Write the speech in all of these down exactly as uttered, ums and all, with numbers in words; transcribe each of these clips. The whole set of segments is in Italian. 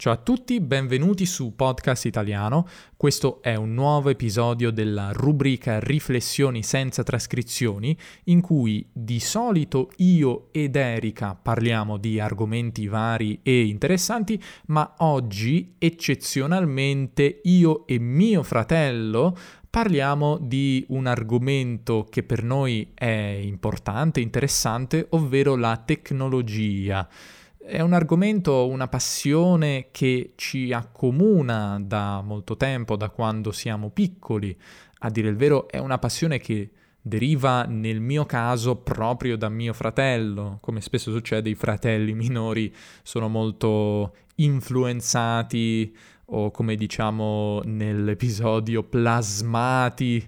Ciao a tutti, benvenuti su Podcast Italiano. Questo è un nuovo episodio della rubrica Riflessioni senza trascrizioni, in cui di solito io ed Erika parliamo di argomenti vari e interessanti, ma oggi eccezionalmente io e mio fratello parliamo di un argomento che per noi è importante, interessante, ovvero la tecnologia. È un argomento, una passione che ci accomuna da molto tempo, da quando siamo piccoli. A dire il vero, è una passione che deriva nel mio caso proprio da mio fratello. Come spesso succede, i fratelli minori sono molto influenzati o, come diciamo nell'episodio, plasmati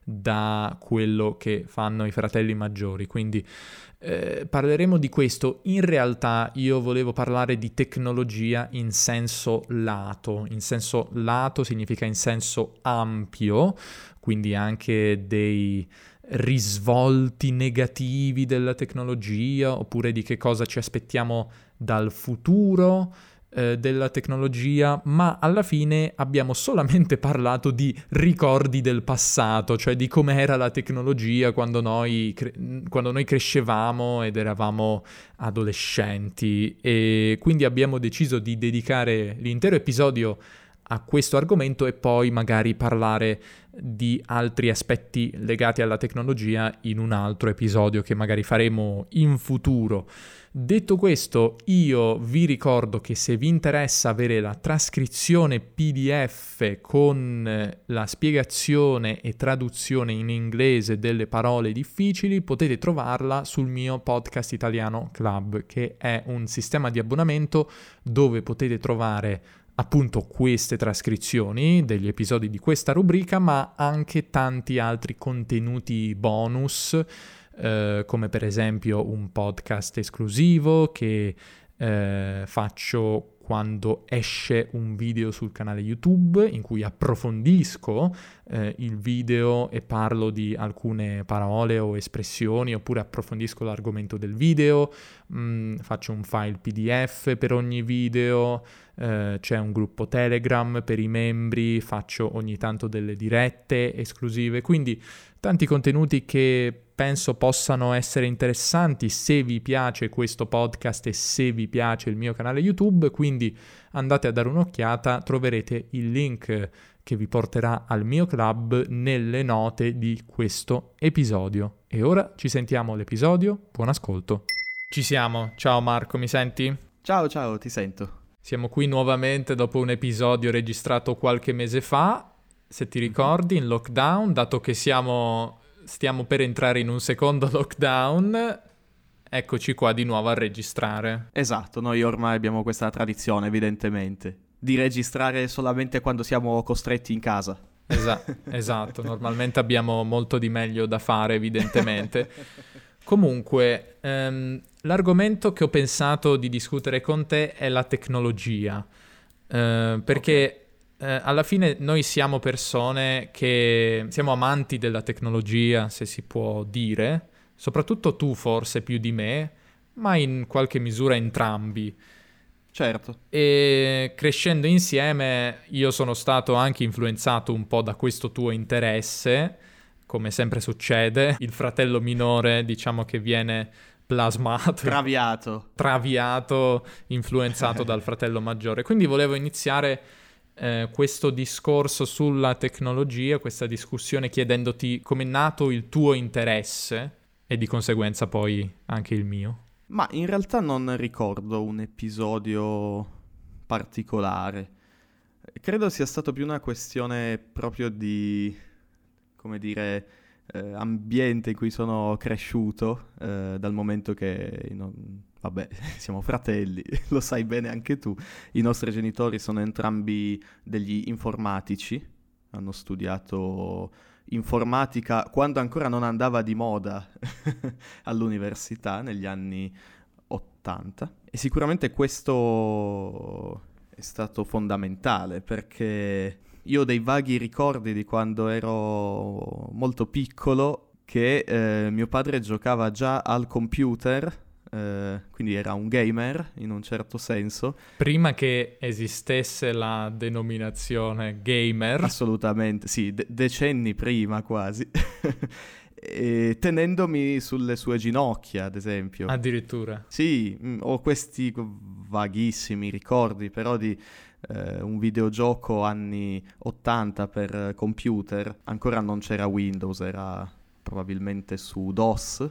da quello che fanno i fratelli maggiori. Quindi Eh, parleremo di questo. In realtà io volevo parlare di tecnologia in senso lato. In senso lato significa in senso ampio, quindi anche dei risvolti negativi della tecnologia, oppure di che cosa ci aspettiamo dal futuro eh, della tecnologia, ma alla fine abbiamo solamente parlato di ricordi del passato, cioè di com'era la tecnologia quando noi, cre- quando noi crescevamo ed eravamo adolescenti, e quindi abbiamo deciso di dedicare l'intero episodio a questo argomento e poi magari parlare di altri aspetti legati alla tecnologia in un altro episodio che magari faremo in futuro. Detto questo, io vi ricordo che se vi interessa avere la trascrizione P D F con la spiegazione e traduzione in inglese delle parole difficili, potete trovarla sul mio Podcast Italiano Club, che è un sistema di abbonamento dove potete trovare appunto queste trascrizioni degli episodi di questa rubrica, ma anche tanti altri contenuti bonus, eh, come per esempio un podcast esclusivo che eh, faccio quando esce un video sul canale YouTube in cui approfondisco eh, il video e parlo di alcune parole o espressioni, oppure approfondisco l'argomento del video, mh, faccio un file P D F per ogni video, eh, c'è un gruppo Telegram per i membri, faccio ogni tanto delle dirette esclusive, quindi tanti contenuti che penso possano essere interessanti se vi piace questo podcast e se vi piace il mio canale YouTube, quindi andate a dare un'occhiata, troverete il link che vi porterà al mio club nelle note di questo episodio. E ora ci sentiamo all'episodio, buon ascolto. Ci siamo, ciao Marco, mi senti? Ciao, ciao, ti sento. Siamo qui nuovamente dopo un episodio registrato qualche mese fa, se ti ricordi, in lockdown, dato che siamo... stiamo per entrare in un secondo lockdown, eccoci qua di nuovo a registrare. Esatto, noi ormai abbiamo questa tradizione, evidentemente, di registrare solamente quando siamo costretti in casa. Esa- esatto, normalmente abbiamo molto di meglio da fare, evidentemente. Comunque, ehm, l'argomento che ho pensato di discutere con te è la tecnologia, eh, perché... Okay. Eh, alla fine noi siamo persone che siamo amanti della tecnologia, se si può dire, soprattutto tu forse più di me, ma in qualche misura entrambi. Certo. E crescendo insieme io sono stato anche influenzato un po' da questo tuo interesse, come sempre succede. Il fratello minore, diciamo che viene plasmato, traviato, traviato, influenzato dal fratello maggiore. Quindi volevo iniziare Eh, questo discorso sulla tecnologia, questa discussione, chiedendoti come è nato il tuo interesse e di conseguenza poi anche il mio. Ma in realtà non ricordo un episodio particolare. Credo sia stato più una questione proprio di, come dire, eh, ambiente in cui sono cresciuto, eh, dal momento che... Non... Vabbè, siamo fratelli, lo sai bene anche tu. I nostri genitori sono entrambi degli informatici, hanno studiato informatica quando ancora non andava di moda all'università, negli anni ottanta. E sicuramente questo è stato fondamentale, perché io ho dei vaghi ricordi di quando ero molto piccolo che eh, mio padre giocava già al computer eh, quindi era un gamer in un certo senso. Prima che esistesse la denominazione gamer. Assolutamente, sì, de- decenni prima quasi. E tenendomi sulle sue ginocchia, ad esempio. Addirittura. Sì, mh, ho questi vaghissimi ricordi però di eh, un videogioco anni ottanta per eh, computer. Ancora non c'era Windows, era probabilmente su DOS,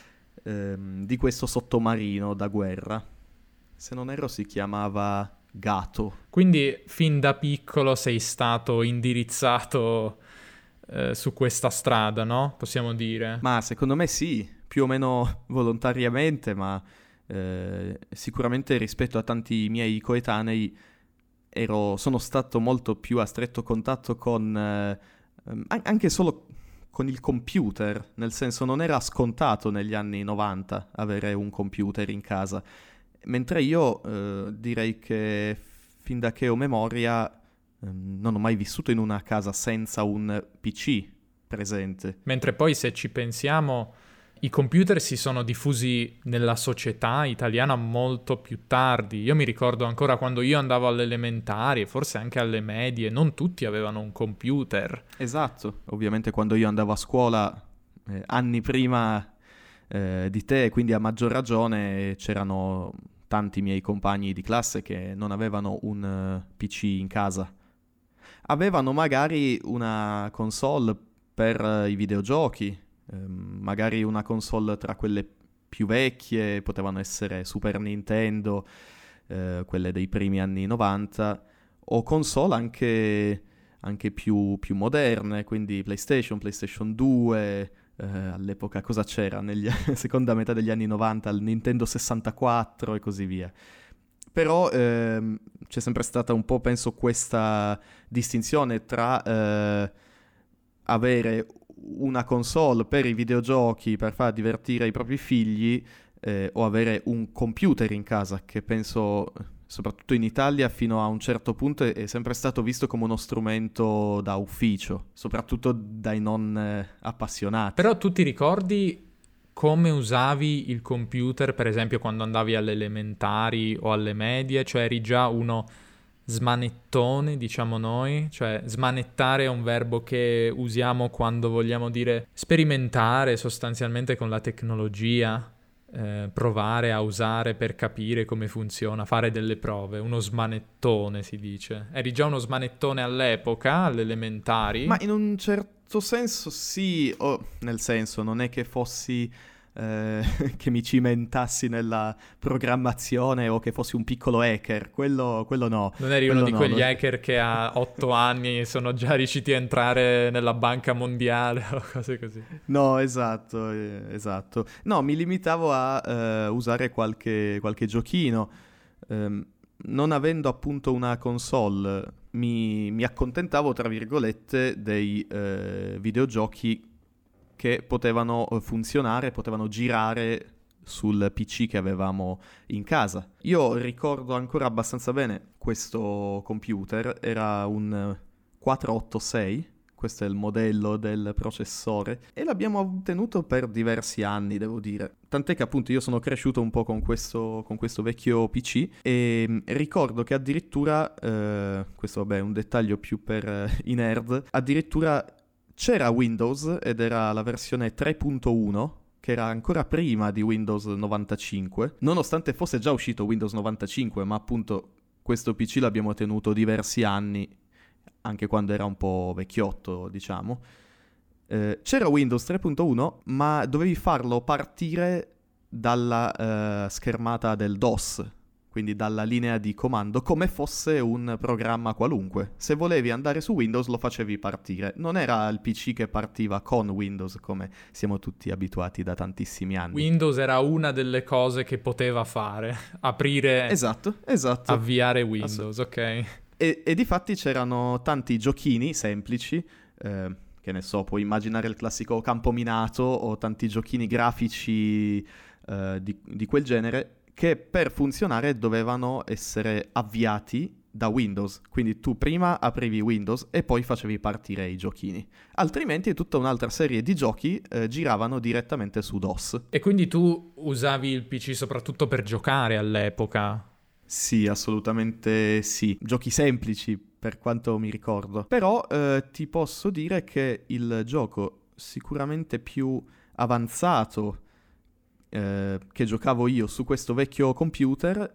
ehm, di questo sottomarino da guerra. Se non erro si chiamava Gato. Quindi fin da piccolo sei stato indirizzato eh, su questa strada, no? Possiamo dire. Ma secondo me sì, più o meno volontariamente, ma eh, sicuramente rispetto a tanti miei coetanei ero, sono stato molto più a stretto contatto con eh, ehm, an- anche solo con il computer, nel senso non era scontato negli anni novanta avere un computer in casa, mentre io eh, direi che fin da che ho memoria ehm, non ho mai vissuto in una casa senza un P C presente. Mentre poi se ci pensiamo, i computer si sono diffusi nella società italiana molto più tardi. Io mi ricordo ancora quando io andavo alle elementari e forse anche alle medie, non tutti avevano un computer. Esatto, ovviamente quando io andavo a scuola, eh, anni prima eh, di te, quindi a maggior ragione, c'erano tanti miei compagni di classe che non avevano un eh, P C in casa. Avevano magari una console per eh, i videogiochi, ehm, magari una console tra quelle più vecchie, potevano essere Super Nintendo, eh, quelle dei primi anni novanta, o console anche, anche più, più moderne, quindi PlayStation, PlayStation due, eh, all'epoca cosa c'era? Nella seconda metà degli anni novanta, il Nintendo sessantaquattro e così via. Però ehm, c'è sempre stata un po', penso, questa distinzione tra eh, avere una console per i videogiochi, per far divertire i propri figli, eh, o avere un computer in casa, che penso, soprattutto in Italia, fino a un certo punto è sempre stato visto come uno strumento da ufficio, soprattutto dai non eh, appassionati. Però tu ti ricordi come usavi il computer, per esempio, quando andavi alle elementari o alle medie? Cioè eri già uno smanettone, diciamo noi? Cioè smanettare è un verbo che usiamo quando vogliamo dire sperimentare sostanzialmente con la tecnologia, eh, provare a usare per capire come funziona, fare delle prove. Uno smanettone si dice. Eri già uno smanettone all'epoca, alle elementari? Ma in un certo senso sì, o nel senso non è che fossi eh, che mi cimentassi nella programmazione o che fossi un piccolo hacker, quello, quello no. Non eri quello uno di no, quegli lo- hacker che a otto anni sono già riusciti a entrare nella banca mondiale o cose così. No, esatto, eh, esatto. No, mi limitavo a eh, usare qualche, qualche giochino. Ehm, non avendo appunto una console, mi, mi accontentavo, tra virgolette, dei eh, videogiochi che potevano eh, funzionare, potevano girare sul P C che avevamo in casa. Io ricordo ancora abbastanza bene questo computer, era un eh, quattrocentottantasei, questo è il modello del processore, e l'abbiamo tenuto per diversi anni, devo dire. Tant'è che appunto io sono cresciuto un po' con questo, con questo vecchio P C e mh, ricordo che addirittura, eh, questo vabbè è un dettaglio più per eh, i nerd, addirittura c'era Windows ed era la versione tre punto uno, che era ancora prima di Windows novantacinque, nonostante fosse già uscito Windows novantacinque, ma appunto questo P C l'abbiamo tenuto diversi anni, anche quando era un po' vecchiotto, diciamo. Eh, c'era Windows tre punto uno, ma dovevi farlo partire dalla eh, schermata del DOS, quindi dalla linea di comando, come fosse un programma qualunque. Se volevi andare su Windows lo facevi partire. Non era il P C che partiva con Windows, come siamo tutti abituati da tantissimi anni. Windows era una delle cose che poteva fare, aprire, Esatto, esatto. avviare Windows, ok? E, e difatti c'erano tanti giochini semplici, eh, che ne so, puoi immaginare il classico campo minato o tanti giochini grafici eh, di, di quel genere, che per funzionare dovevano essere avviati da Windows, quindi tu prima aprivi Windows e poi facevi partire i giochini, altrimenti tutta un'altra serie di giochi eh, giravano direttamente su DOS. E quindi tu usavi il P C soprattutto per giocare all'epoca? Sì, assolutamente sì, giochi semplici per quanto mi ricordo, però eh, ti posso dire che il gioco sicuramente più avanzato eh, che giocavo io su questo vecchio computer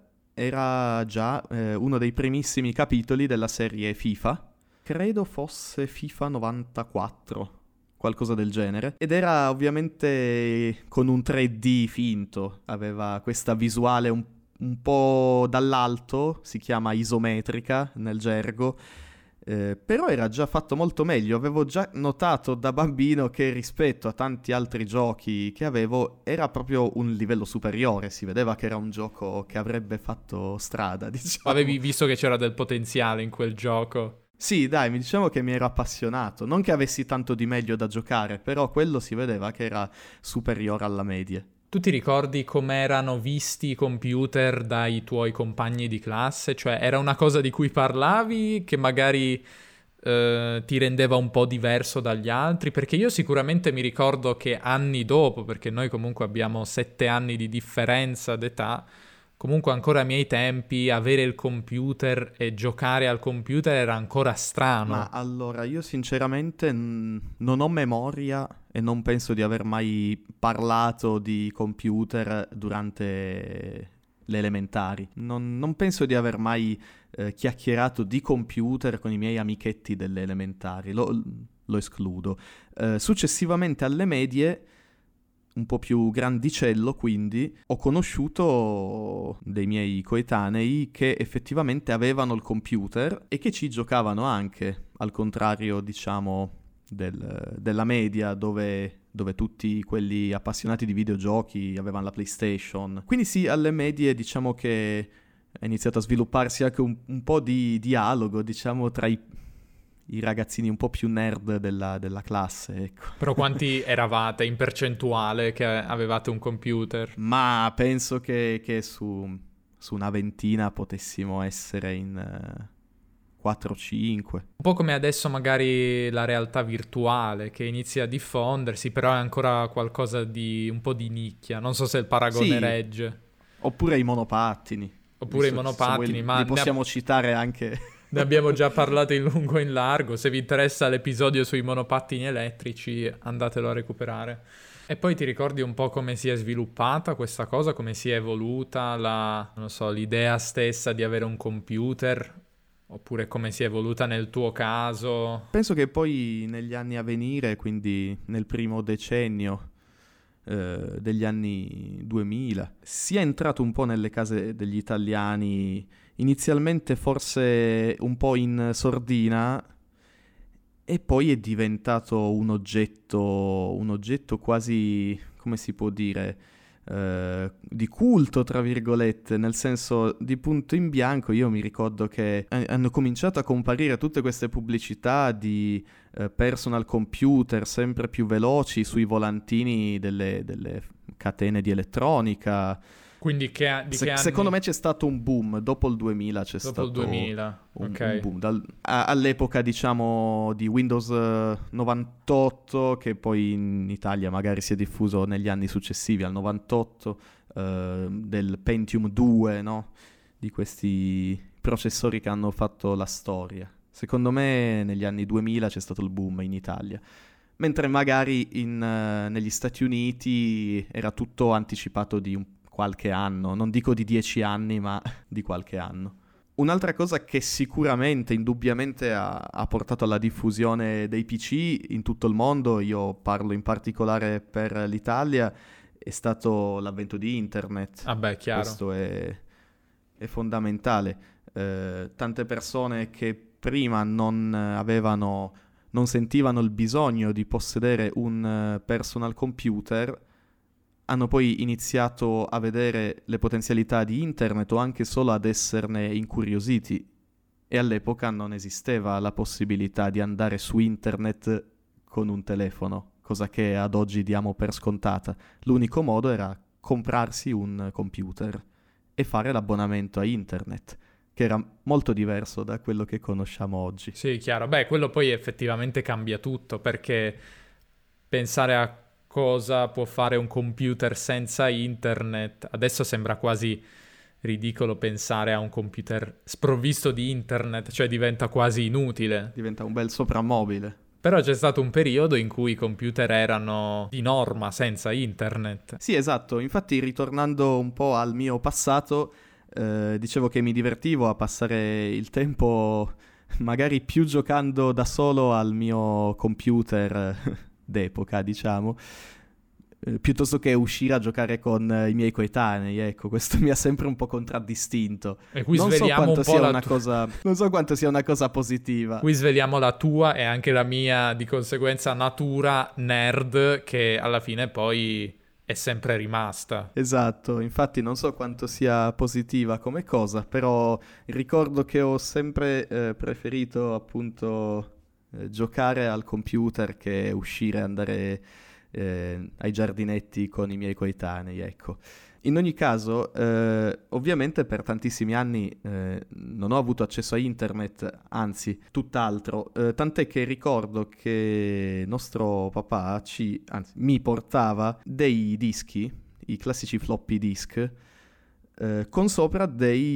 era già eh, uno dei primissimi capitoli della serie FIFA. Credo fosse FIFA novantaquattro, qualcosa del genere. Ed era ovviamente con un tre D finto. Aveva questa visuale un, un po' dall'alto, si chiama isometrica nel gergo. Eh, però era già fatto molto meglio. Avevo già notato da bambino che rispetto a tanti altri giochi che avevo era proprio un livello superiore. Si vedeva che era un gioco che avrebbe fatto strada, diciamo. Avevi visto che c'era del potenziale in quel gioco? Sì, dai, mi diciamo che mi ero appassionato. Non che avessi tanto di meglio da giocare, però quello si vedeva che era superiore alla media. Tu ti ricordi com'erano visti i computer dai tuoi compagni di classe? Cioè, era una cosa di cui parlavi che magari eh, ti rendeva un po' diverso dagli altri? Perché io sicuramente mi ricordo che anni dopo, perché noi comunque abbiamo sette anni di differenza d'età, comunque ancora ai miei tempi avere il computer e giocare al computer era ancora strano. Ma allora, io sinceramente n- non ho memoria e non penso di aver mai parlato di computer durante le elementari. Non, non penso di aver mai eh, chiacchierato di computer con i miei amichetti delle elementari, lo, lo escludo. Eh, successivamente alle medie, un po' più grandicello, quindi, ho conosciuto dei miei coetanei che effettivamente avevano il computer e che ci giocavano anche, al contrario, diciamo, del, della media, dove, dove tutti quelli appassionati di videogiochi avevano la PlayStation. Quindi sì, alle medie diciamo che è iniziato a svilupparsi anche un, un po' di dialogo, diciamo, tra i i ragazzini un po' più nerd della, della classe, ecco. Però quanti eravate in percentuale che avevate un computer? Ma penso che, che su, su una ventina potessimo essere in uh, quattro cinque. Un po' come adesso magari la realtà virtuale che inizia a diffondersi, però è ancora qualcosa di un po' di nicchia. Non so se il paragone Sì, regge. Oppure i monopattini. Oppure Visto, i monopattini, vuoi, ma li possiamo ne, citare anche... ne abbiamo già parlato in lungo e in largo. Se vi interessa l'episodio sui monopattini elettrici, andatelo a recuperare. E poi ti ricordi un po' come si è sviluppata questa cosa, come si è evoluta la, non so, l'idea stessa di avere un computer? Oppure come si è evoluta nel tuo caso? Penso che poi negli anni a venire, quindi nel primo decennio eh, degli anni duemila, sia entrato un po' nelle case degli italiani, inizialmente forse un po' in sordina, e poi è diventato un oggetto, un oggetto quasi, come si può dire, eh, di culto, tra virgolette, nel senso di punto in bianco. Io mi ricordo che hanno cominciato a comparire tutte queste pubblicità di eh, personal computer sempre più veloci sui volantini delle, delle catene di elettronica. Quindi che, di Se, che anni? Secondo me c'è stato un boom, dopo il duemila c'è Dopo stato il duemila, un, ok. un boom. Dal, a, all'epoca diciamo di Windows eh, novantotto, che poi in Italia magari si è diffuso negli anni successivi al novantotto, eh, del Pentium due, no? Di questi processori che hanno fatto la storia. Secondo me negli anni duemila c'è stato il boom in Italia. Mentre magari in, uh, negli Stati Uniti era tutto anticipato di un qualche anno, non dico di dieci anni, ma di qualche anno. Un'altra cosa che sicuramente, indubbiamente ha, ha portato alla diffusione dei P C in tutto il mondo, io parlo in particolare per l'Italia, è stato l'avvento di internet. Ah beh, chiaro. Questo è, è fondamentale. Eh, tante persone che prima non avevano, non sentivano il bisogno di possedere un personal computer, hanno poi iniziato a vedere le potenzialità di internet o anche solo ad esserne incuriositi, e all'epoca non esisteva la possibilità di andare su internet con un telefono, cosa che ad oggi diamo per scontata. L'unico modo era comprarsi un computer e fare l'abbonamento a internet. che era molto diverso da quello che conosciamo oggi. Sì, chiaro. Beh, quello poi effettivamente cambia tutto, perché pensare a cosa può fare un computer senza internet, adesso sembra quasi ridicolo pensare a un computer sprovvisto di internet, cioè diventa quasi inutile. Diventa un bel soprammobile. Però c'è stato un periodo in cui i computer erano di norma senza internet. Sì, esatto. Infatti, ritornando un po' al mio passato, eh, dicevo che mi divertivo a passare il tempo magari più giocando da solo al mio computer d'epoca, diciamo, eh, piuttosto che uscire a giocare con eh, i miei coetanei. Ecco, questo mi ha sempre un po' contraddistinto. E qui non so sveliamo quanto un po' sia la una tu- cosa non so quanto sia una cosa positiva. Qui sveliamo la tua e anche la mia, di conseguenza, natura nerd, che alla fine poi è sempre rimasta. Esatto, infatti non so quanto sia positiva come cosa, però ricordo che ho sempre eh, preferito appunto eh, giocare al computer che uscire e andare eh, ai giardinetti con i miei coetanei, ecco. In ogni caso, eh, ovviamente per tantissimi anni eh, non ho avuto accesso a internet, anzi, tutt'altro, eh, tant'è che ricordo che nostro papà ci, anzi, mi portava dei dischi, i classici floppy disk, eh, con sopra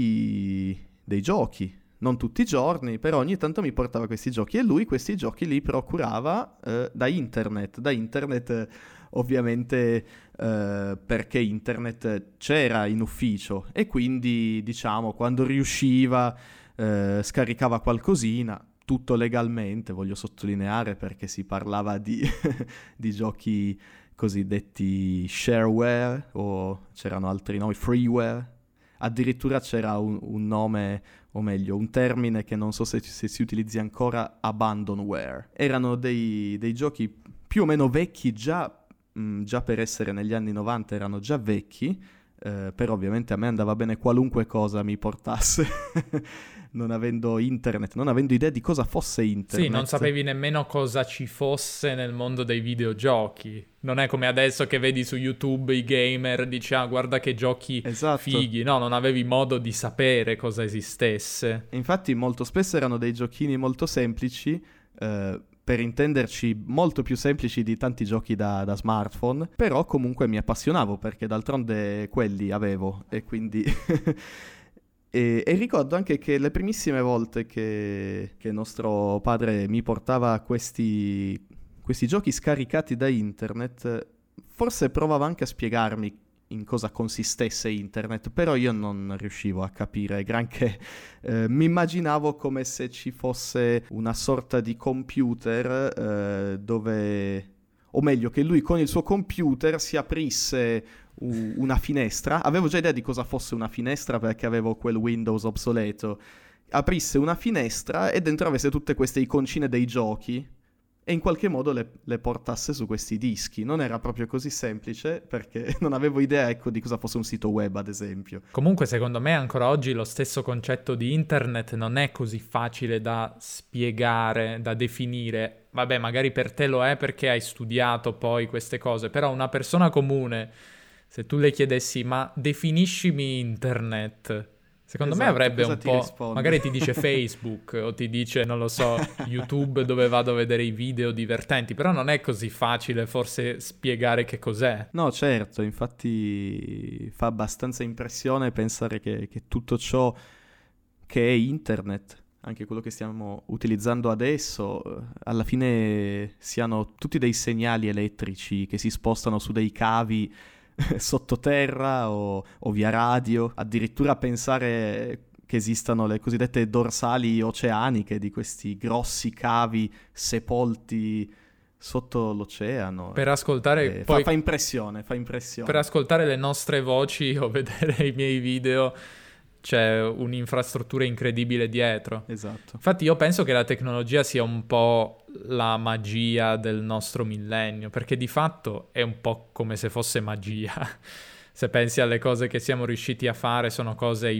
dei, dei giochi. Non tutti i giorni, però ogni tanto mi portava questi giochi e lui questi giochi li procurava eh, da internet, da internet eh, ovviamente eh, perché internet c'era in ufficio e quindi diciamo quando riusciva eh, scaricava qualcosina, tutto legalmente, voglio sottolineare perché si parlava di, di giochi cosiddetti shareware o c'erano altri nomi, freeware. Addirittura c'era un, un nome, o meglio, un termine che non so se, se si utilizzi ancora, abandonware. Erano dei, dei giochi più o meno vecchi, già, mh, già per essere negli anni novanta erano già vecchi, eh, però ovviamente a me andava bene qualunque cosa mi portasse, non avendo internet, non avendo idea di cosa fosse internet. Sì, non sapevi nemmeno cosa ci fosse nel mondo dei videogiochi. Non è come adesso che vedi su YouTube i gamer, dici ah guarda che giochi Esatto. fighi. No, non avevi modo di sapere cosa esistesse. Infatti molto spesso erano dei giochini molto semplici, eh, per intenderci molto più semplici di tanti giochi da, da smartphone, però comunque mi appassionavo perché d'altronde quelli avevo e quindi... E, e ricordo anche che le primissime volte che, che nostro padre mi portava questi, questi giochi scaricati da internet, forse provava anche a spiegarmi in cosa consistesse internet, però io non riuscivo a capire granché. Eh, mi immaginavo come se ci fosse una sorta di computer eh, dove... o meglio, che lui con il suo computer si aprisse una finestra, avevo già idea di cosa fosse una finestra perché avevo quel Windows obsoleto, aprisse una finestra e dentro avesse tutte queste iconcine dei giochi e in qualche modo le, le portasse su questi dischi. Non era proprio così semplice perché non avevo idea, ecco, di cosa fosse un sito web, ad esempio. Comunque secondo me ancora oggi lo stesso concetto di internet non è così facile da spiegare, da definire. Vabbè, magari per te lo è perché hai studiato poi queste cose, però una persona comune, se tu le chiedessi ma definiscimi internet, secondo esatto, me avrebbe un po'... risponde? Magari ti dice Facebook o ti dice, non lo so, YouTube dove vado a vedere i video divertenti, però non è così facile forse spiegare che cos'è. No, certo, infatti fa abbastanza impressione pensare che, che tutto ciò che è internet, anche quello che stiamo utilizzando adesso, alla fine siano tutti dei segnali elettrici che si spostano su dei cavi sottoterra o, o via radio, addirittura pensare che esistano le cosiddette dorsali oceaniche di questi grossi cavi sepolti sotto l'oceano. Per ascoltare eh, poi, fa, fa impressione, fa impressione. Per ascoltare le nostre voci o vedere i miei video c'è un'infrastruttura incredibile dietro. Esatto. Infatti io penso che la tecnologia sia un po' la magia del nostro millennio, perché di fatto è un po' come se fosse magia. Se pensi alle cose che siamo riusciti a fare, sono cose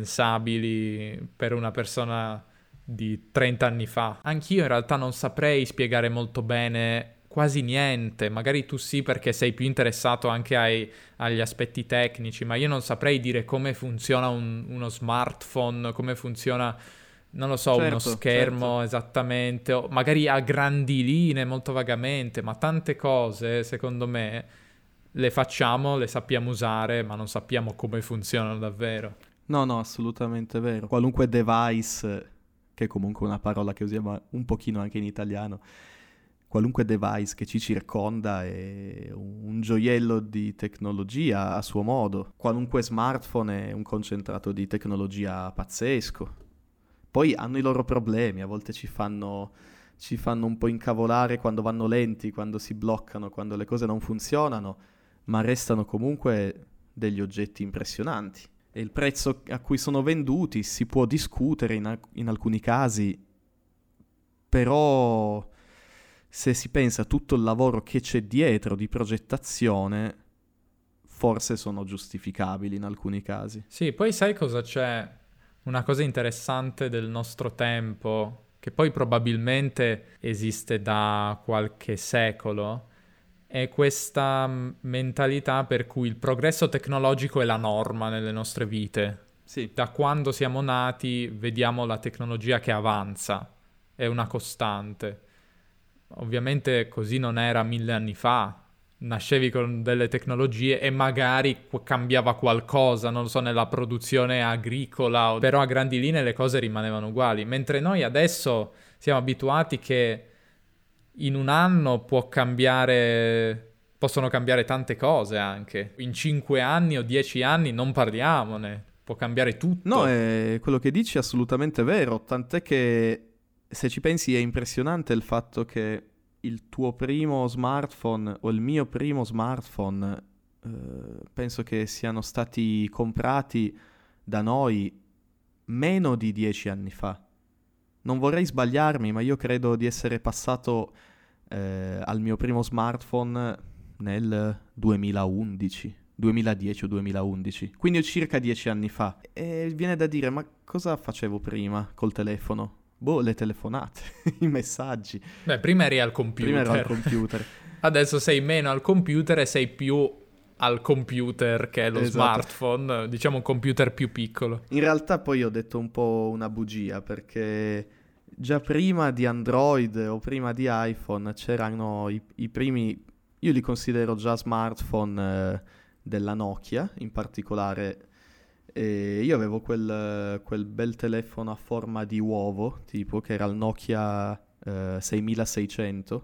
impensabili per una persona di trenta anni fa. Anch'io in realtà non saprei spiegare molto bene quasi niente. Magari tu sì, perché sei più interessato anche ai, agli aspetti tecnici, ma io non saprei dire come funziona un- uno smartphone, come funziona, non lo so, uno Certo, schermo certo. esattamente, o magari a grandi linee molto vagamente, ma tante cose, secondo me, le facciamo, le sappiamo usare, ma non sappiamo come funzionano davvero. No, no, assolutamente vero. Qualunque device, che è comunque una parola che usiamo un pochino anche in italiano, qualunque device che ci circonda è un gioiello di tecnologia a suo modo. Qualunque smartphone è un concentrato di tecnologia pazzesco. Poi hanno i loro problemi, a volte ci fanno, ci fanno un po' incavolare quando vanno lenti, quando si bloccano, quando le cose non funzionano, ma restano comunque degli oggetti impressionanti. E il prezzo a cui sono venduti si può discutere in, alc- in alcuni casi, però se si pensa a tutto il lavoro che c'è dietro di progettazione, forse sono giustificabili in alcuni casi. Sì, poi sai cosa c'è? Una cosa interessante del nostro tempo, che poi probabilmente esiste da qualche secolo, è questa mm, mentalità per cui il progresso tecnologico è la norma nelle nostre vite. Sì, Da quando siamo nati vediamo la tecnologia che avanza, è una costante. Ovviamente così non era mille anni fa. Nascevi con delle tecnologie e magari qu- cambiava qualcosa, non lo so, nella produzione agricola, o- però a grandi linee le cose rimanevano uguali. Mentre noi adesso siamo abituati che in un anno può cambiare, possono cambiare tante cose anche. In cinque anni o dieci anni non parliamone, può cambiare no, tutto. è quello che dici è assolutamente vero, tant'è che se ci pensi è impressionante il fatto che il tuo primo smartphone o il mio primo smartphone eh, penso che siano stati comprati da noi meno di dieci anni fa. Non vorrei sbagliarmi, ma io credo di essere passato eh, al mio primo smartphone nel duemilaundici, duemiladieci o duemilaundici, quindi circa dieci anni fa. E viene da dire, ma cosa facevo prima col telefono? Boh, le telefonate, i messaggi. Beh, prima eri al computer. Prima ero al computer. Adesso sei meno al computer e sei più al computer che è lo Esatto. smartphone, diciamo un computer più piccolo. In realtà poi ho detto un po' una bugia, perché già prima di Android o prima di iPhone c'erano i, i primi, io li considero già smartphone eh, della Nokia in particolare. E io avevo quel, quel bel telefono a forma di uovo, tipo, che era il Nokia eh, seimilaseicento,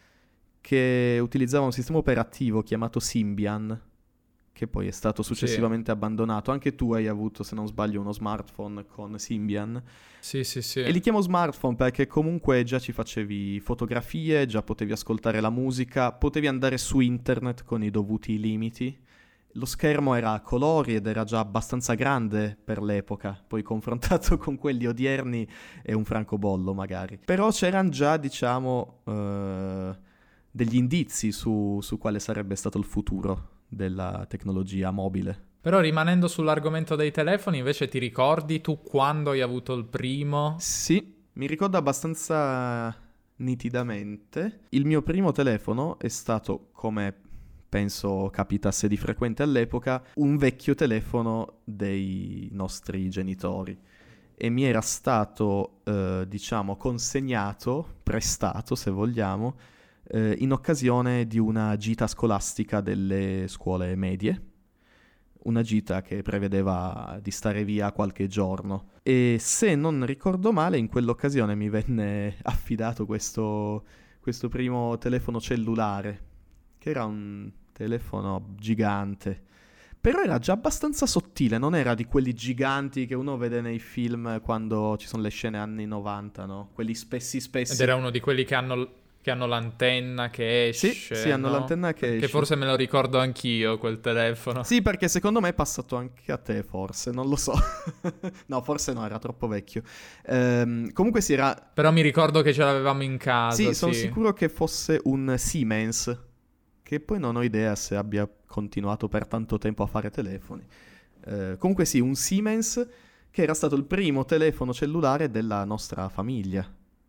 che utilizzava un sistema operativo chiamato Symbian, che poi è stato successivamente abbandonato. Anche tu hai avuto, se non sbaglio, uno smartphone con Symbian. Sì, sì, sì. E li chiamo smartphone perché comunque già ci facevi fotografie, già potevi ascoltare la musica, potevi andare su internet con i dovuti limiti. Lo schermo era a colori ed era già abbastanza grande per l'epoca, poi confrontato con quelli odierni è un francobollo magari. Però c'erano già, diciamo, eh, degli indizi su, su quale sarebbe stato il futuro della tecnologia mobile. Però rimanendo sull'argomento dei telefoni, invece ti ricordi tu quando hai avuto il primo? Sì, mi ricordo abbastanza nitidamente. Il mio primo telefono è stato, come penso capitasse di frequente all'epoca, un vecchio telefono dei nostri genitori. E mi era stato, eh, diciamo, consegnato, prestato se vogliamo, eh, in occasione di una gita scolastica delle scuole medie. Una gita che prevedeva di stare via qualche giorno. E se non ricordo male, in quell'occasione mi venne affidato questo, questo primo telefono cellulare, che era un telefono gigante. Però era già abbastanza sottile, non era di quelli giganti che uno vede nei film quando ci sono le scene anni novanta, no? Quelli spessi spessi. Ed era uno di quelli che hanno, che hanno l'antenna che esce, Sì, sì, hanno no? l'antenna che esce. Che forse me lo ricordo anch'io, quel telefono. Sì, perché secondo me è passato anche a te, forse, non lo so. No, forse no, era troppo vecchio. Ehm, comunque sì, era... Però mi ricordo che ce l'avevamo in casa. Sì, Sì, sono sicuro che fosse un Siemens, che poi non ho idea se abbia continuato per tanto tempo a fare telefoni. Eh, comunque sì, un Siemens che era stato il primo telefono cellulare della nostra famiglia.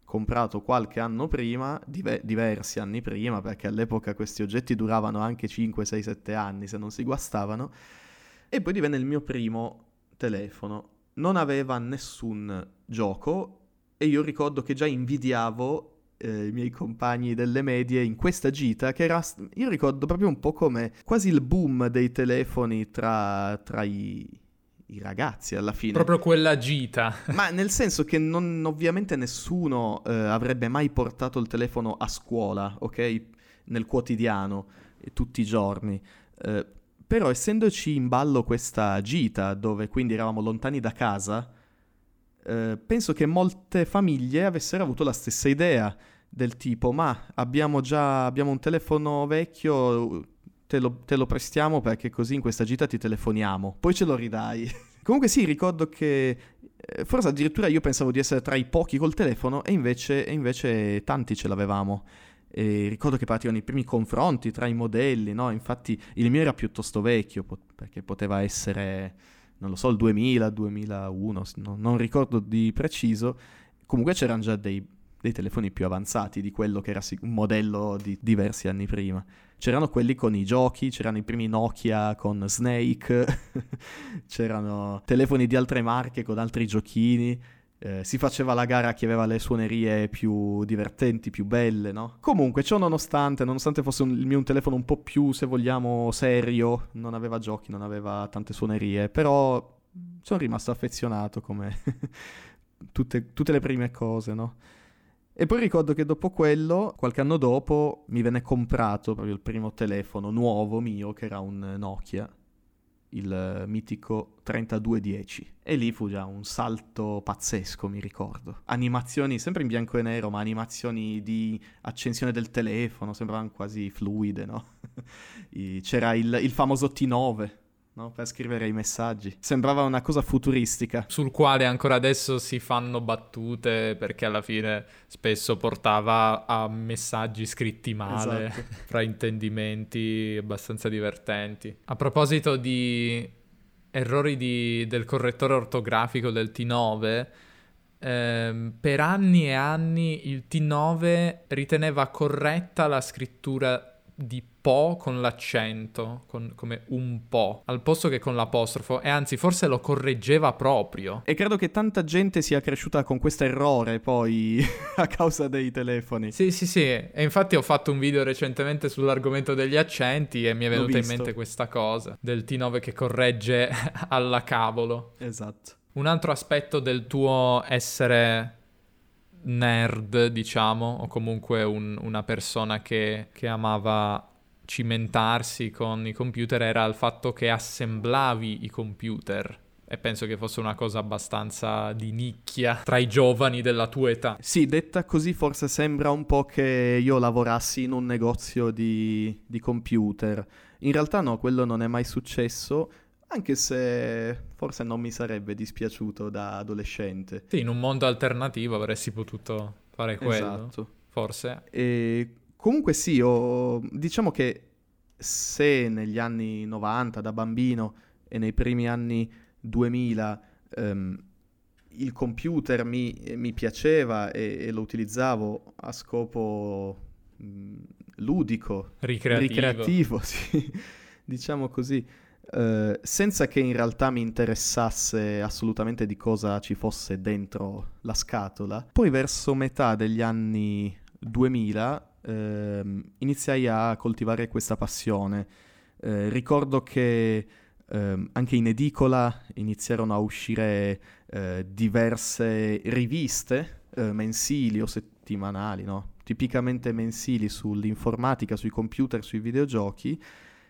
comprato qualche anno prima, dive- diversi anni prima, perché all'epoca questi oggetti duravano anche cinque, sei, sette anni se non si guastavano, e poi divenne il mio primo telefono. Non aveva nessun gioco e io ricordo che già invidiavo eh, i miei compagni delle medie in questa gita, che era, io ricordo proprio un po' come quasi il boom dei telefoni tra, tra i, i ragazzi alla fine. Proprio quella gita. Ma nel senso che non, ovviamente nessuno eh, avrebbe mai portato il telefono a scuola, ok? Nel quotidiano, eh, tutti i giorni. Eh, però essendoci in ballo questa gita, dove quindi eravamo lontani da casa, eh, penso che molte famiglie avessero avuto la stessa idea, del tipo, ma abbiamo già abbiamo un telefono vecchio, te lo, te lo prestiamo perché così in questa gita ti telefoniamo, poi ce lo ridai. Comunque sì, ricordo che eh, forse addirittura io pensavo di essere tra i pochi col telefono e invece, e invece tanti ce l'avevamo. E ricordo che partivano i primi confronti tra i modelli, no? Infatti il mio era piuttosto vecchio, po- perché poteva essere, non lo so, il duemila, duemilauno, no- non ricordo di preciso. Comunque c'erano già dei, dei telefoni più avanzati di quello che era sic- un modello di diversi anni prima. C'erano quelli con i giochi, c'erano i primi Nokia con Snake, c'erano telefoni di altre marche con altri giochini. Eh, si faceva la gara a chi aveva le suonerie più divertenti, più belle, no? Comunque, ciò nonostante, nonostante fosse un, il mio un telefono un po' più, se vogliamo, serio, non aveva giochi, non aveva tante suonerie, però sono rimasto affezionato come tutte, tutte le prime cose, no? E poi ricordo che dopo quello, qualche anno dopo, mi venne comprato proprio il primo telefono nuovo mio, che era un Nokia, il mitico trentadue dieci, e lì fu già un salto pazzesco, mi ricordo. Animazioni sempre in bianco e nero, ma animazioni di accensione del telefono sembravano quasi fluide, no? C'era il, il famoso T nove, no? Per scrivere i messaggi, sembrava una cosa futuristica, sul quale ancora adesso si fanno battute, perché alla fine spesso portava a messaggi scritti male, esatto. fraintendimenti abbastanza divertenti. A proposito di errori di, del correttore ortografico del T nove, ehm, per anni e anni il T nove riteneva corretta la scrittura di po' con l'accento, con, come un po', al posto che con l'apostrofo, e anzi forse lo correggeva proprio. E credo che tanta gente sia cresciuta con questo errore poi a causa dei telefoni. Sì, sì, sì, e infatti ho fatto un video recentemente sull'argomento degli accenti e mi è L'ho venuta in visto. mente questa cosa, del T nove che corregge alla cavolo. Esatto. Un altro aspetto del tuo essere nerd, diciamo, o comunque un- una persona che, che amava cimentarsi con i computer, era il fatto che assemblavi i computer. E penso che fosse una cosa abbastanza di nicchia tra i giovani della tua età. Sì, detta così forse sembra un po' che io lavorassi in un negozio di, di computer. In realtà no, quello non è mai successo, anche se forse non mi sarebbe dispiaciuto da adolescente. Sì, in un mondo alternativo avresti potuto fare quello, Esatto. forse. E comunque sì, ho- diciamo che se negli anni novanta da bambino e nei primi anni duemila ehm, il computer mi, mi piaceva e, e lo utilizzavo a scopo mh, ludico, Ricreativo. ricreativo, sì, diciamo così, eh, senza che in realtà mi interessasse assolutamente di cosa ci fosse dentro la scatola. Poi verso metà degli anni duemila ehm, iniziai a coltivare questa passione. Eh, ricordo che ehm, anche in edicola iniziarono a uscire eh, diverse riviste eh, mensili o settimanali, no? Tipicamente mensili sull'informatica, sui computer, sui videogiochi.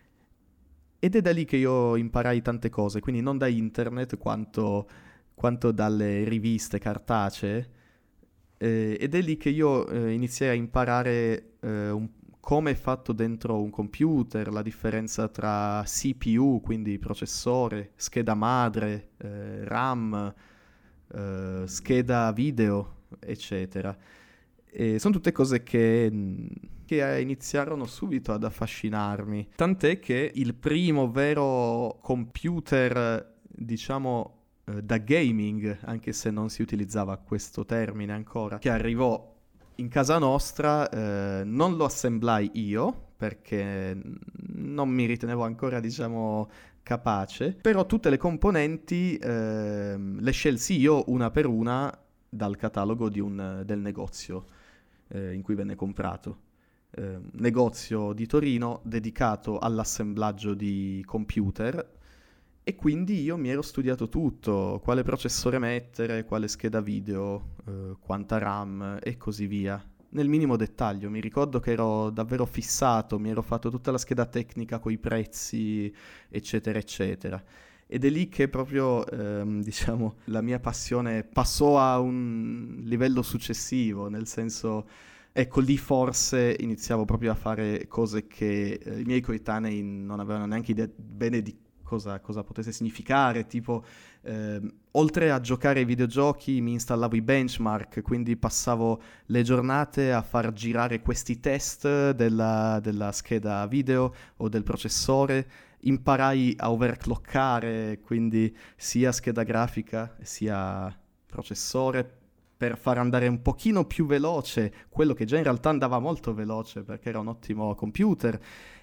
Ed è da lì che io imparai tante cose, quindi non da internet quanto, quanto dalle riviste cartacee. Eh, ed è lì che io eh, iniziai a imparare eh, un- come è fatto dentro un computer, la differenza tra C P U, quindi processore, scheda madre, eh, RAM, eh, scheda video, eccetera. E sono tutte cose che, mh, che iniziarono subito ad affascinarmi. Tant'è che il primo vero computer, diciamo, eh, da gaming, anche se non si utilizzava questo termine ancora, che arrivò in casa nostra. Eh, non lo assemblai io, perché non mi ritenevo ancora, diciamo, capace, però tutte le componenti eh, le scelsi io una per una dal catalogo di un, del negozio eh, in cui venne comprato. Eh, negozio di Torino dedicato all'assemblaggio di computer, e quindi io mi ero studiato tutto, quale processore mettere, quale scheda video, eh, quanta RAM e così via, nel minimo dettaglio. Mi ricordo che ero davvero fissato, mi ero fatto tutta la scheda tecnica coi prezzi, eccetera, eccetera. Ed è lì che proprio, ehm, diciamo, la mia passione passò a un livello successivo, nel senso, ecco, lì forse iniziavo proprio a fare cose che eh, i miei coetanei non avevano neanche idea bene di cosa, cosa potesse significare, tipo, ehm, oltre a giocare ai videogiochi mi installavo i benchmark, quindi passavo le giornate a far girare questi test della, della scheda video o del processore. Imparai a overclockare, quindi sia scheda grafica sia processore, per far andare un pochino più veloce quello che già in realtà andava molto veloce perché era un ottimo computer,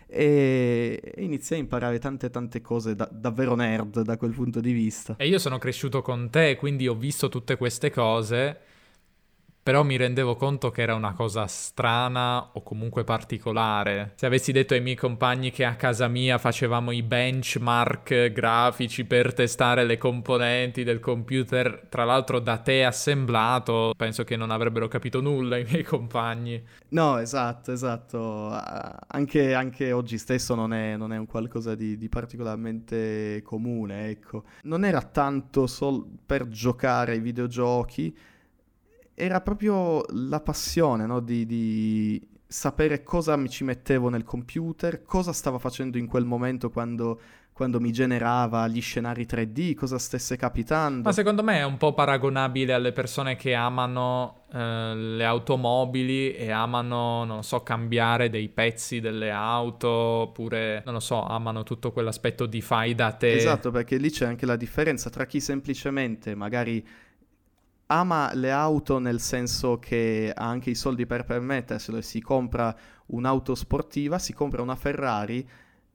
e iniziai a imparare tante tante cose da, davvero nerd da quel punto di vista. E io sono cresciuto con te, quindi ho visto tutte queste cose, però mi rendevo conto che era una cosa strana o comunque particolare. Se avessi detto ai miei compagni che a casa mia facevamo i benchmark grafici per testare le componenti del computer, tra l'altro da te assemblato, penso che non avrebbero capito nulla i miei compagni. No, esatto, esatto. Anche, anche oggi stesso non è, non è un qualcosa di, di particolarmente comune, ecco. Non era tanto solo per giocare ai videogiochi, era proprio la passione, no? Di, di sapere cosa mi ci mettevo nel computer, cosa stava facendo in quel momento quando, quando mi generava gli scenari tre D, cosa stesse capitando. Ma secondo me è un po' paragonabile alle persone che amano eh, le automobili e amano, non so, cambiare dei pezzi delle auto, oppure, non lo so, amano tutto quell'aspetto di fai da te. Esatto, perché lì c'è anche la differenza tra chi semplicemente magari ama le auto, nel senso che ha anche i soldi per permetterselo e si compra un'auto sportiva, si compra una Ferrari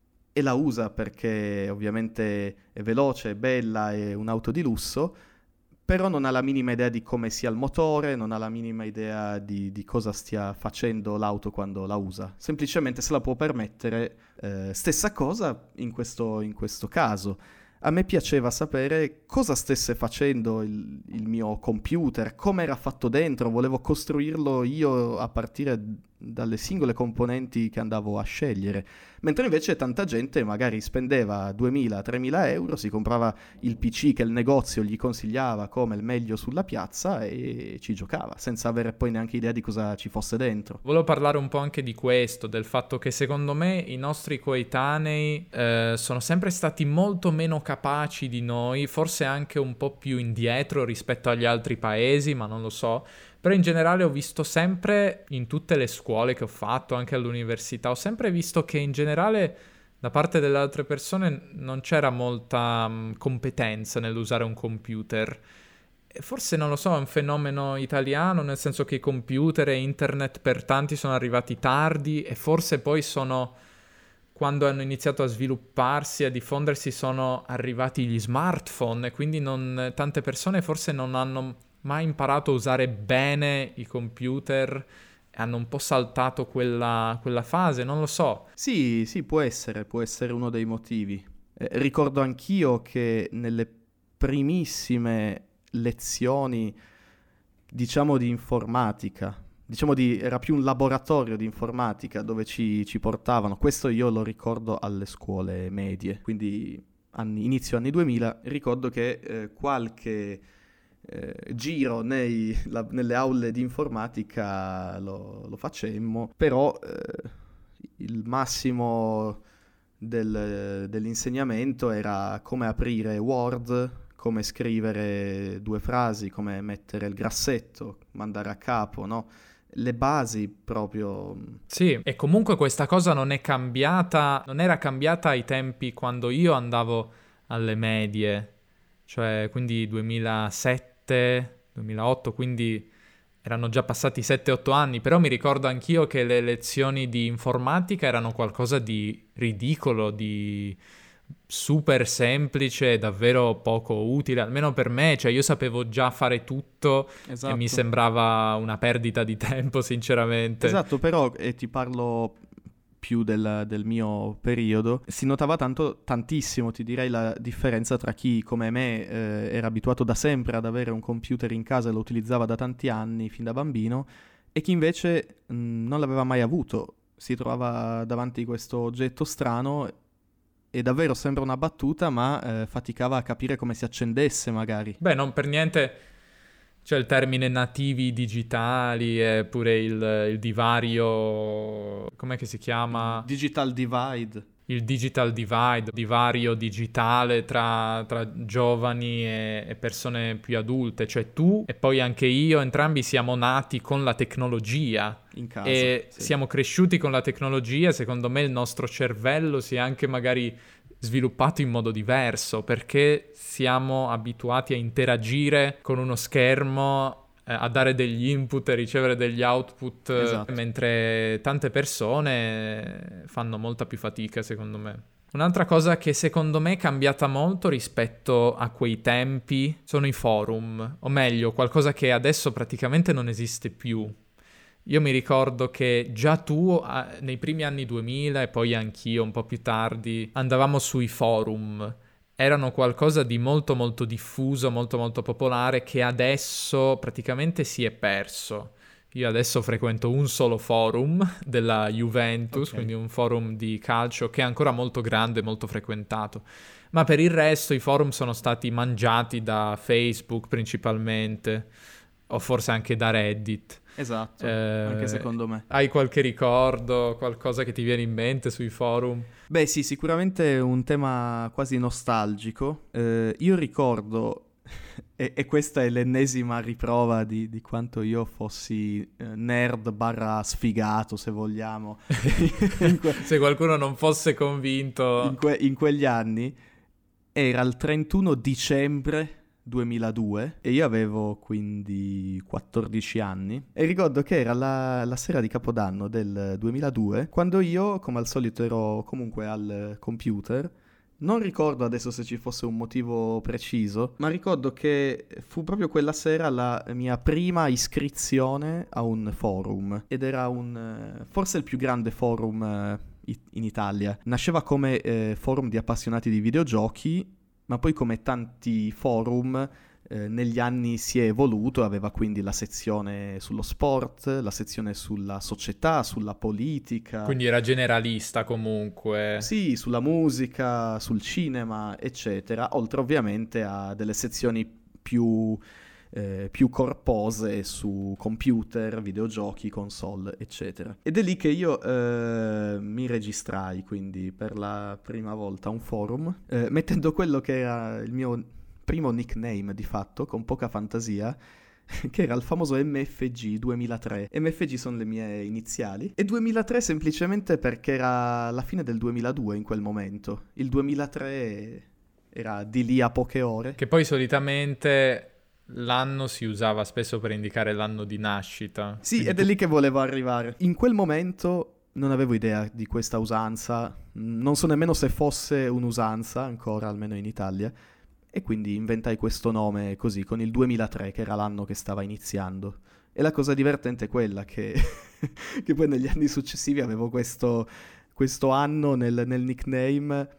e la usa perché ovviamente è veloce, è bella, è un'auto di lusso, però non ha la minima idea di come sia il motore, non ha la minima idea di, di cosa stia facendo l'auto quando la usa. Semplicemente se la può permettere. Eh, stessa cosa in questo, in questo caso. A me piaceva sapere cosa stesse facendo il, il mio computer, come era fatto dentro, volevo costruirlo io a partire dalle singole componenti che andavo a scegliere. Mentre invece tanta gente magari spendeva duemila tremila euro, si comprava il P C che il negozio gli consigliava come il meglio sulla piazza e ci giocava, senza avere poi neanche idea di cosa ci fosse dentro. Volevo parlare un po' anche di questo, del fatto che secondo me i nostri coetanei eh, sono sempre stati molto meno capaci di noi, forse anche un po' più indietro rispetto agli altri paesi, ma non lo so. Però in generale ho visto sempre, in tutte le scuole che ho fatto, anche all'università, ho sempre visto che in generale da parte delle altre persone non c'era molta um, competenza nell'usare un computer. E forse, non lo so, è un fenomeno italiano, nel senso che i computer e internet per tanti sono arrivati tardi e forse poi sono, quando hanno iniziato a svilupparsi, a diffondersi, sono arrivati gli smartphone e quindi non, tante persone forse non hanno mai imparato a usare bene i computer, hanno un po' saltato quella, quella fase, non lo so. Sì, sì, può essere, può essere uno dei motivi. Eh, ricordo anch'io che nelle primissime lezioni, diciamo di informatica, diciamo di, era più un laboratorio di informatica dove ci, ci portavano, questo io lo ricordo alle scuole medie, quindi anni, inizio anni duemila, ricordo che eh, qualche eh, giro nei, la, nelle aule di informatica lo, lo facemmo, però eh, il massimo del, dell'insegnamento era come aprire Word, come scrivere due frasi, come mettere il grassetto, mandare a capo, no? Le basi proprio. Sì, e comunque questa cosa non è cambiata, non era cambiata ai tempi quando io andavo alle medie. cioè quindi duemilasette, duemilaotto, quindi erano già passati sette otto anni, però mi ricordo anch'io che le lezioni di informatica erano qualcosa di ridicolo, di super semplice, davvero poco utile, almeno per me, cioè io sapevo già fare tutto Esatto. e mi sembrava una perdita di tempo, sinceramente. Esatto, però, e ti parlo più del, del mio periodo, si notava tanto, tantissimo, ti direi, la differenza tra chi come me eh, era abituato da sempre ad avere un computer in casa e lo utilizzava da tanti anni, fin da bambino, e chi invece mh, non l'aveva mai avuto, si trovava davanti a questo oggetto strano e davvero sembra una battuta, ma eh, faticava a capire come si accendesse magari. Beh, non per niente c'è il termine nativi digitali e pure il, il divario, com'è che si chiama? Digital divide. Il digital divide, divario digitale tra, tra giovani e, e persone più adulte, cioè tu e poi anche io, entrambi siamo nati con la tecnologia In casa, e sì. siamo cresciuti con la tecnologia. Secondo me il nostro cervello si è anche magari sviluppato in modo diverso perché siamo abituati a interagire con uno schermo, a dare degli input e ricevere degli output, Esatto. mentre tante persone fanno molta più fatica, secondo me. Un'altra cosa che secondo me è cambiata molto rispetto a quei tempi sono i forum, o meglio, qualcosa che adesso praticamente non esiste più. Io mi ricordo che già tu nei primi anni duemila e poi anch'io un po' più tardi andavamo sui forum. Erano qualcosa di molto molto diffuso, molto molto popolare, che adesso praticamente si è perso. Io adesso frequento un solo forum della Juventus, Okay. quindi un forum di calcio che è ancora molto grande, molto frequentato. Ma per il resto i forum sono stati mangiati da Facebook principalmente, o forse anche da Reddit. Esatto, Eh, anche secondo me. Hai qualche ricordo, qualcosa che ti viene in mente sui forum? Beh sì, sicuramente è un tema quasi nostalgico. Eh, io ricordo, e, e questa è l'ennesima riprova di, di quanto io fossi eh, nerd barra sfigato, se vogliamo, in, que- Se qualcuno non fosse convinto... in que- in quegli anni, era il trentuno dicembre duemiladue e io avevo quindi quattordici anni e ricordo che era la, la sera di Capodanno del duemiladue quando io, come al solito, ero comunque al computer. Non ricordo adesso se ci fosse un motivo preciso, ma ricordo che fu proprio quella sera la mia prima iscrizione a un forum ed era un forse il più grande forum eh, in Italia. Nasceva come eh, forum di appassionati di videogiochi, ma poi come tanti forum eh, negli anni si è evoluto, aveva quindi la sezione sullo sport, la sezione sulla società, sulla politica. Quindi era generalista comunque. Sì, sulla musica, sul cinema, eccetera, oltre ovviamente a delle sezioni più, eh, più corpose su computer, videogiochi, console, eccetera. Ed è lì che io eh, mi registrai, quindi per la prima volta a un forum, eh, mettendo quello che era il mio primo nickname di fatto, con poca fantasia, che era il famoso M F G duemilatré. M F G sono le mie iniziali. E duemilatré semplicemente perché era la fine del duemiladue in quel momento. Il duemilatré era di lì a poche ore. Che poi solitamente l'anno si usava spesso per indicare l'anno di nascita. Sì, Quindi ed è lì che volevo arrivare. In quel momento non avevo idea di questa usanza. Non so nemmeno se fosse un'usanza ancora, almeno in Italia. E quindi inventai questo nome così, con il duemilatré, che era l'anno che stava iniziando. E la cosa divertente è quella che, che poi negli anni successivi avevo questo, questo anno nel, nel nickname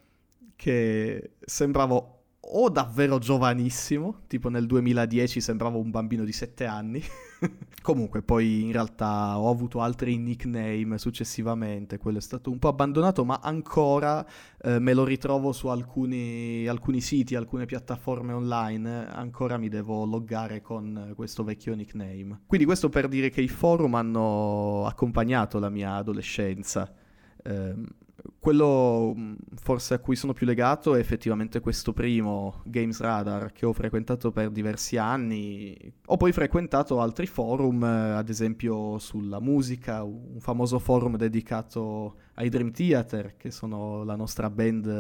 che sembravo o davvero giovanissimo, tipo nel duemiladieci sembravo un bambino di sette anni. Comunque poi in realtà ho avuto altri nickname successivamente, quello è stato un po' abbandonato, ma ancora eh, me lo ritrovo su alcuni, alcuni siti, alcune piattaforme online, ancora mi devo loggare con questo vecchio nickname. Quindi questo per dire che i forum hanno accompagnato la mia adolescenza. Eh, quello forse a cui sono più legato è effettivamente questo primo, Games Radar, che ho frequentato per diversi anni. Ho poi frequentato altri forum, ad esempio sulla musica, un famoso forum dedicato ai Dream Theater, che sono la nostra band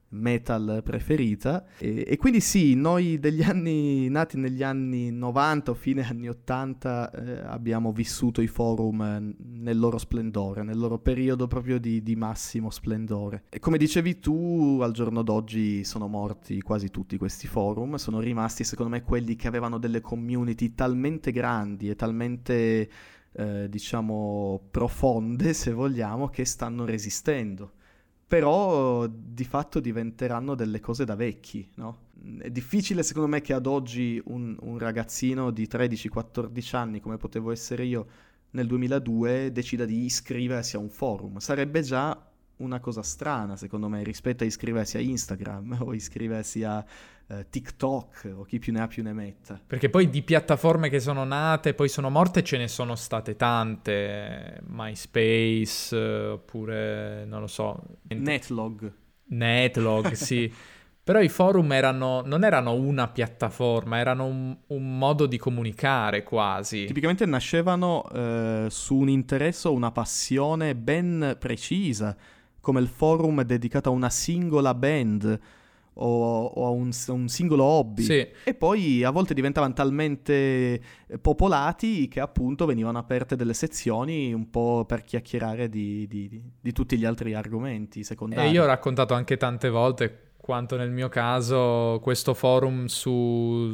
metal preferita, e, e quindi sì, noi degli anni nati negli anni novanta o fine anni ottanta eh, abbiamo vissuto i forum eh, nel loro splendore, nel loro periodo proprio di, di massimo splendore. E come dicevi tu, al giorno d'oggi sono morti quasi tutti questi forum, sono rimasti secondo me quelli che avevano delle community talmente grandi e talmente eh, diciamo profonde, se vogliamo, che stanno resistendo. Però di fatto diventeranno delle cose da vecchi, no? È difficile secondo me che ad oggi un, un ragazzino di tredici quattordici anni, come potevo essere io nel duemiladue, decida di iscriversi a un forum. Sarebbe già una cosa strana, secondo me, rispetto a iscriversi a Instagram o iscriversi a eh, TikTok o chi più ne ha più ne metta. Perché poi di piattaforme che sono nate, poi sono morte, ce ne sono state tante. MySpace, oppure, non lo so... Netlog. Netlog, sì. Però i forum erano, non erano una piattaforma, erano un, un modo di comunicare quasi. Tipicamente nascevano eh, su un interesse o una passione ben precisa, come il forum dedicato a una singola band o, o a un, un singolo hobby. Sì. E poi a volte diventavano talmente popolati che appunto venivano aperte delle sezioni un po' per chiacchierare di, di, di tutti gli altri argomenti secondari. E io ho raccontato anche tante volte quanto nel mio caso questo forum su,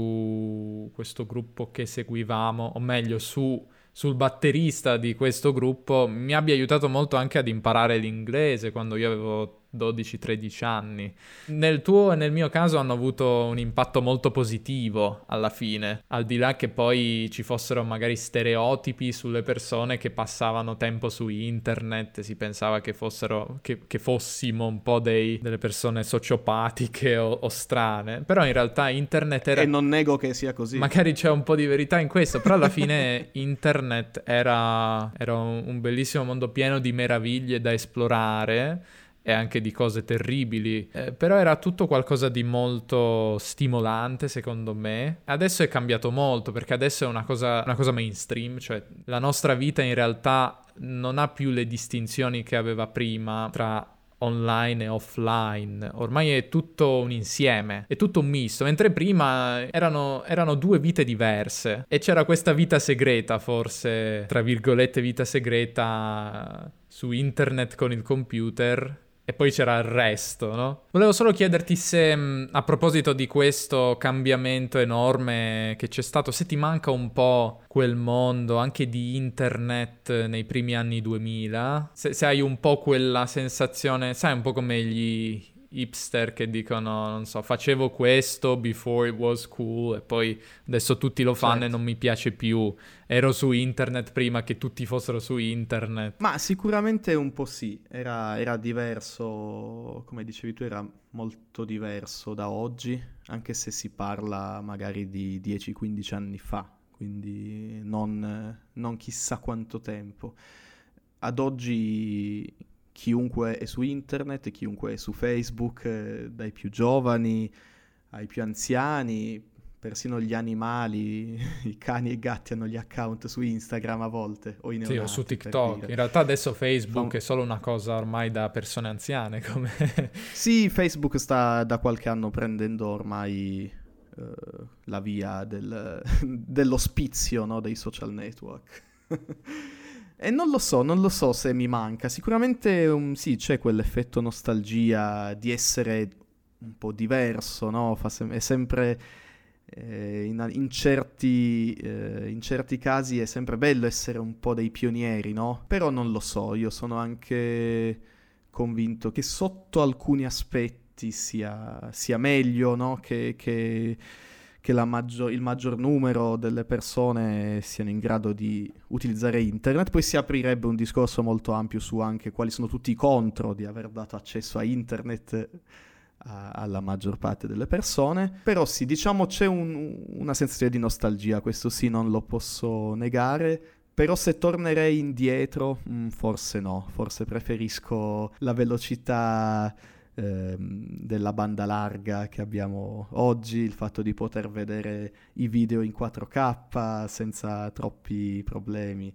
su questo gruppo che seguivamo, o meglio su, sul batterista di questo gruppo, mi abbia aiutato molto anche ad imparare l'inglese quando io avevo dodici tredici anni. Nel tuo e nel mio caso hanno avuto un impatto molto positivo alla fine, al di là che poi ci fossero magari stereotipi sulle persone che passavano tempo su internet, si pensava che fossero che, che fossimo un po' dei, delle persone sociopatiche o, o strane, però in realtà internet era... E non nego che sia così. Magari c'è un po' di verità in questo, però alla fine internet era, era un, un bellissimo mondo pieno di meraviglie da esplorare e anche di cose terribili, eh, però era tutto qualcosa di molto stimolante secondo me. Adesso è cambiato molto perché adesso è una cosa, una cosa mainstream, cioè la nostra vita in realtà non ha più le distinzioni che aveva prima tra online e offline, ormai è tutto un insieme, è tutto un misto, mentre prima erano, erano due vite diverse e c'era questa vita segreta, forse tra virgolette vita segreta su internet con il computer, e poi c'era il resto, no? Volevo solo chiederti se, mh, a proposito di questo cambiamento enorme che c'è stato, se ti manca un po' quel mondo anche di internet nei primi anni duemila, se, se hai un po' quella sensazione, sai, un po' come gli hipster che dicono, non so, facevo questo before it was cool e poi adesso tutti lo fanno, certo, e non mi piace più. Ero su internet prima che tutti fossero su internet. Ma sicuramente un po' sì, era, era diverso, come dicevi tu, era molto diverso da oggi, anche se si parla magari di dieci quindici anni fa, quindi non, non chissà quanto tempo. Ad oggi chiunque è su internet, chiunque è su Facebook, eh, dai più giovani ai più anziani, persino gli animali, i cani e i gatti hanno gli account su Instagram a volte, o i neonati. Sì, o su TikTok. In realtà adesso Facebook Fam- è solo una cosa ormai da persone anziane. Come... Sì, Facebook sta da qualche anno prendendo ormai uh, la via del, dell'ospizio, no, dei social network. E non lo so, non lo so se mi manca. Sicuramente um, sì, c'è quell'effetto nostalgia di essere un po' diverso, no? Fa sem- è sempre eh, in, in, certi, eh, in certi casi è sempre bello essere un po' dei pionieri, no? Però non lo so, io sono anche convinto che sotto alcuni aspetti sia, sia meglio, no? Che... che che la maggior, il maggior numero delle persone siano in grado di utilizzare internet. Poi si aprirebbe un discorso molto ampio su anche quali sono tutti i contro di aver dato accesso a internet a, alla maggior parte delle persone. Però sì, diciamo c'è un, una sensazione di nostalgia, questo sì, non lo posso negare. Però se tornerei indietro, mh, forse no, forse preferisco la velocità della banda larga che abbiamo oggi, il fatto di poter vedere i video in quattro K senza troppi problemi.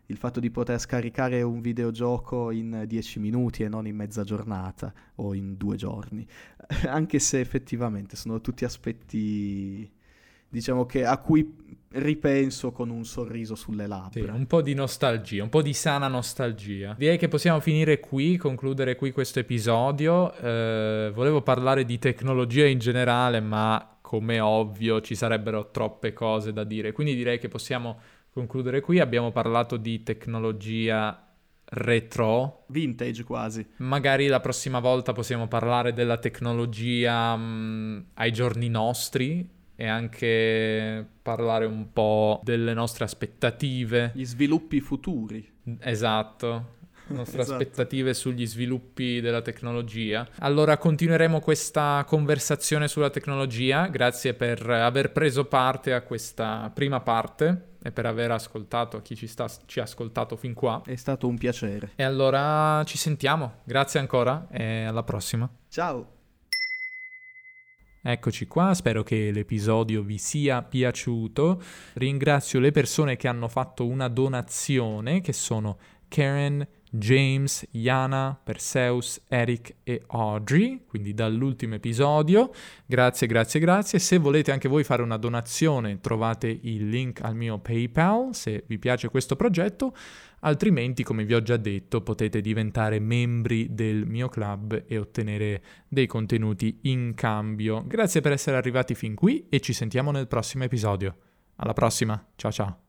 il fatto di poter scaricare un videogioco in dieci minuti e non in mezza giornata o in due giorni, anche se effettivamente sono tutti aspetti, diciamo, che a cui ripenso con un sorriso sulle labbra. Sì, un po' di nostalgia, un po' di sana nostalgia. Direi che possiamo finire qui, concludere qui questo episodio. Eh, volevo parlare di tecnologia in generale, ma come ovvio ci sarebbero troppe cose da dire, quindi direi che possiamo concludere qui. Abbiamo parlato di tecnologia retro, vintage quasi. Magari la prossima volta possiamo parlare della tecnologia mh, ai giorni nostri e anche parlare un po' delle nostre aspettative. Gli sviluppi futuri. Esatto. Le nostre Esatto. aspettative sugli sviluppi della tecnologia. Allora continueremo questa conversazione sulla tecnologia. Grazie per aver preso parte a questa prima parte e per aver ascoltato, a chi ci, sta, ci ha ascoltato fin qua. È stato un piacere. E allora ci sentiamo. Grazie ancora e alla prossima. Ciao. Eccoci qua, spero che l'episodio vi sia piaciuto. Ringrazio le persone che hanno fatto una donazione, che sono Karen, James, Yana, Perseus, Eric e Audrey, quindi dall'ultimo episodio. Grazie, grazie, grazie. Se volete anche voi fare una donazione, trovate il link al mio PayPal, se vi piace questo progetto. Altrimenti, come vi ho già detto, potete diventare membri del mio club e ottenere dei contenuti in cambio. Grazie per essere arrivati fin qui e ci sentiamo nel prossimo episodio. Alla prossima, ciao ciao!